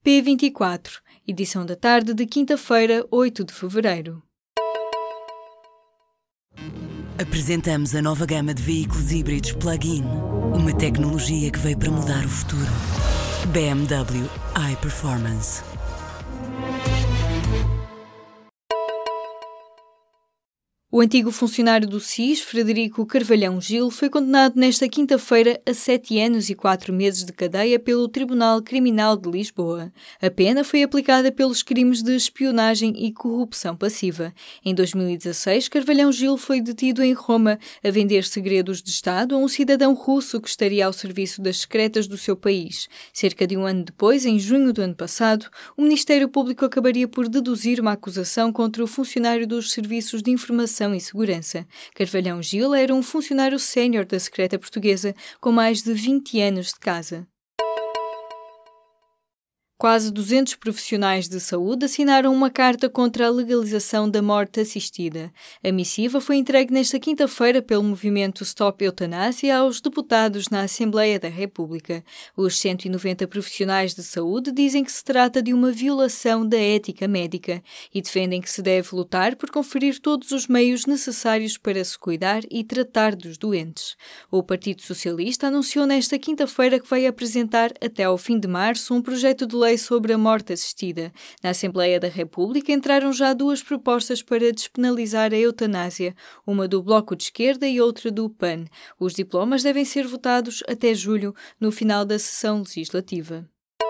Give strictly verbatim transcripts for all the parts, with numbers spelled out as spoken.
P vinte e quatro, edição da tarde de quinta-feira, oito de fevereiro. Apresentamos a nova gama de veículos híbridos plug-in. Uma tecnologia que veio para mudar o futuro. B M W iPerformance. O antigo funcionário do S I S, Frederico Carvalhão Gil, foi condenado nesta quinta-feira a sete anos e quatro meses de cadeia pelo Tribunal Criminal de Lisboa. A pena foi aplicada pelos crimes de espionagem e corrupção passiva. Em dois mil e dezasseis, Carvalhão Gil foi detido em Roma a vender segredos de Estado a um cidadão russo que estaria ao serviço das secretas do seu país. Cerca de um ano depois, em junho do ano passado, o Ministério Público acabaria por deduzir uma acusação contra o funcionário dos Serviços de Informação e Segurança. Carvalhão Gil era um funcionário sénior da secreta portuguesa com mais de vinte anos de casa. Quase duzentos profissionais de saúde assinaram uma carta contra a legalização da morte assistida. A missiva foi entregue nesta quinta-feira pelo movimento Stop Eutanásia aos deputados na Assembleia da República. Os cento e noventa profissionais de saúde dizem que se trata de uma violação da ética médica e defendem que se deve lutar por conferir todos os meios necessários para se cuidar e tratar dos doentes. O Partido Socialista anunciou nesta quinta-feira que vai apresentar até ao fim de março um projeto de lei sobre a morte assistida. Na Assembleia da República entraram já duas propostas para despenalizar a eutanásia, uma do Bloco de Esquerda e outra do P A N. Os diplomas devem ser votados até julho, no final da sessão legislativa.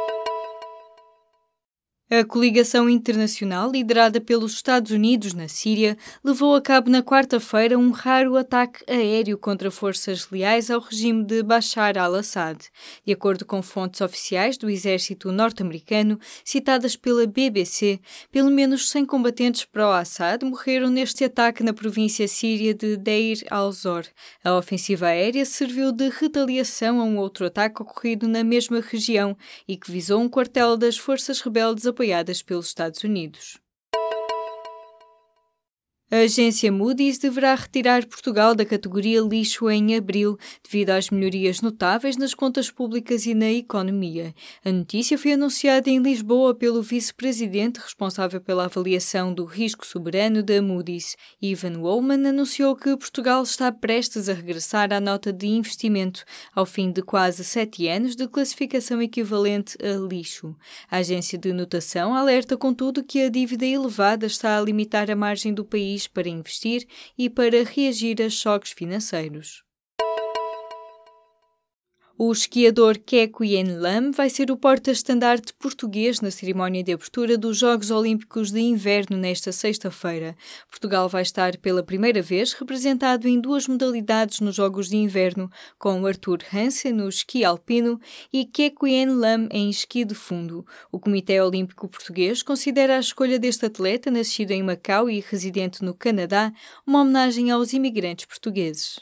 A coligação internacional, liderada pelos Estados Unidos na Síria, levou a cabo na quarta-feira um raro ataque aéreo contra forças leais ao regime de Bashar al-Assad. De acordo com fontes oficiais do exército norte-americano, citadas pela B B C, pelo menos cem combatentes pró-Assad morreram neste ataque na província síria de Deir al-Zor. A ofensiva aérea serviu de retaliação a um outro ataque ocorrido na mesma região e que visou um quartel das forças rebeldes apoiadas pelos Estados Unidos. A agência Moody's deverá retirar Portugal da categoria lixo em abril, devido às melhorias notáveis nas contas públicas e na economia. A notícia foi anunciada em Lisboa pelo vice-presidente responsável pela avaliação do risco soberano da Moody's. Ivan Woolman anunciou que Portugal está prestes a regressar à nota de investimento, ao fim de quase sete anos de classificação equivalente a lixo. A agência de notação alerta, contudo, que a dívida elevada está a limitar a margem do país para investir e para reagir a choques financeiros. O esquiador Keko Yen Lam vai ser o porta-estandarte português na cerimónia de abertura dos Jogos Olímpicos de Inverno nesta sexta-feira. Portugal vai estar pela primeira vez representado em duas modalidades nos Jogos de Inverno, com Arthur Hansen no esqui alpino e Keko Yen Lam em esqui de fundo. O Comitê Olímpico Português considera a escolha deste atleta, nascido em Macau e residente no Canadá, uma homenagem aos imigrantes portugueses.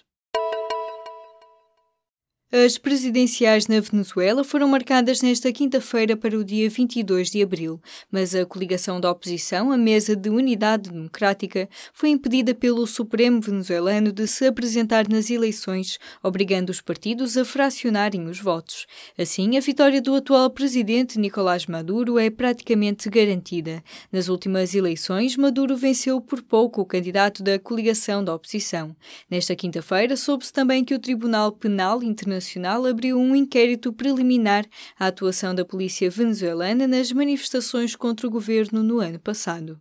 As presidenciais na Venezuela foram marcadas nesta quinta-feira para o dia vinte e dois de abril, mas a coligação da oposição, a Mesa de Unidade Democrática, foi impedida pelo Supremo venezuelano de se apresentar nas eleições, obrigando os partidos a fracionarem os votos. Assim, a vitória do atual presidente Nicolás Maduro é praticamente garantida. Nas últimas eleições, Maduro venceu por pouco o candidato da coligação da oposição. Nesta quinta-feira, soube-se também que o Tribunal Penal Internacional abriu um inquérito preliminar à atuação da polícia venezuelana nas manifestações contra o governo no ano passado.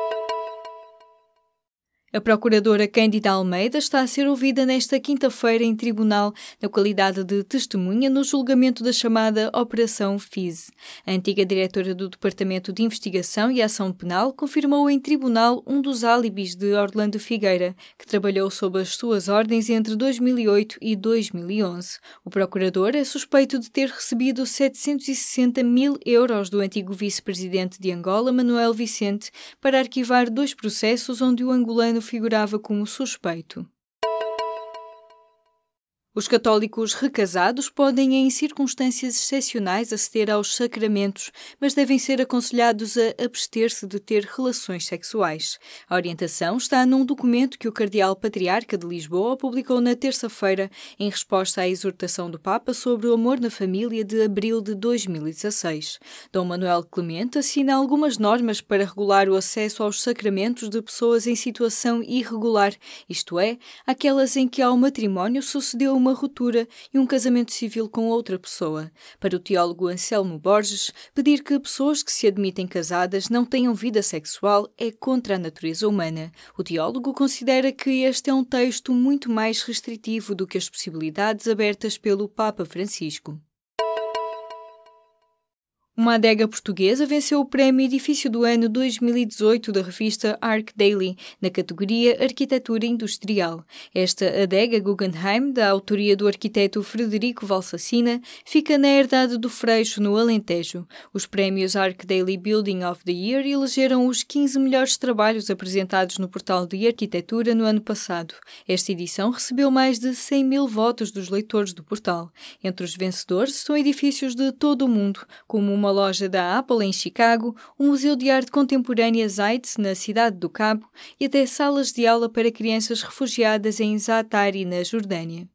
A procuradora Cândida Almeida está a ser ouvida nesta quinta-feira em tribunal na qualidade de testemunha no julgamento da chamada Operação F I S. A antiga diretora do Departamento de Investigação e Ação Penal confirmou em tribunal um dos álibis de Orlando Figueira, que trabalhou sob as suas ordens entre dois mil e oito e dois mil e onze. O procurador é suspeito de ter recebido setecentos e sessenta mil euros do antigo vice-presidente de Angola, Manuel Vicente, para arquivar dois processos onde o angolano figurava como suspeito. Os católicos recasados podem, em circunstâncias excepcionais, aceder aos sacramentos, mas devem ser aconselhados a abster-se de ter relações sexuais. A orientação está num documento que o Cardeal Patriarca de Lisboa publicou na terça-feira, em resposta à exortação do Papa sobre o amor na família de abril de dois mil e dezasseis. Dom Manuel Clemente assina algumas normas para regular o acesso aos sacramentos de pessoas em situação irregular, isto é, aquelas em que ao matrimónio sucedeu uma uma ruptura e um casamento civil com outra pessoa. Para o teólogo Anselmo Borges, pedir que pessoas que se admitem casadas não tenham vida sexual é contra a natureza humana. O teólogo considera que este é um texto muito mais restritivo do que as possibilidades abertas pelo Papa Francisco. Uma adega portuguesa venceu o Prémio Edifício do Ano dois mil e dezoito da revista Arc Daily, na categoria Arquitetura Industrial. Esta adega Guggenheim, da autoria do arquiteto Frederico Valsacina, fica na herdade do Freixo, no Alentejo. Os prémios Arc Daily Building of the Year elegeram os quinze melhores trabalhos apresentados no portal de arquitetura no ano passado. Esta edição recebeu mais de cem mil votos dos leitores do portal. Entre os vencedores estão edifícios de todo o mundo, como uma Uma loja da Apple em Chicago, um museu de arte contemporânea Zeitz na cidade do Cabo e até salas de aula para crianças refugiadas em Zaatari, na Jordânia.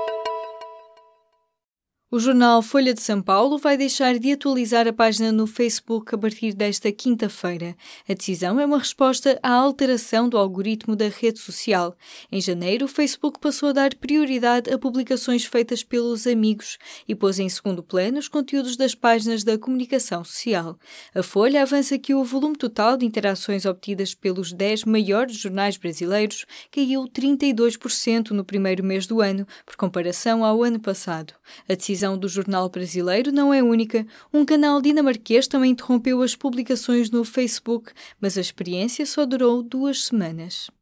O jornal Folha de São Paulo vai deixar de atualizar a página no Facebook a partir desta quinta-feira. A decisão é uma resposta à alteração do algoritmo da rede social. Em janeiro, o Facebook passou a dar prioridade a publicações feitas pelos amigos e pôs em segundo plano os conteúdos das páginas da comunicação social. A Folha avança que o volume total de interações obtidas pelos dez maiores jornais brasileiros caiu trinta e dois por cento no primeiro mês do ano, por comparação ao ano passado. A decisão do jornal brasileiro não é única. Um canal dinamarquês também interrompeu as publicações no Facebook, mas a experiência só durou duas semanas.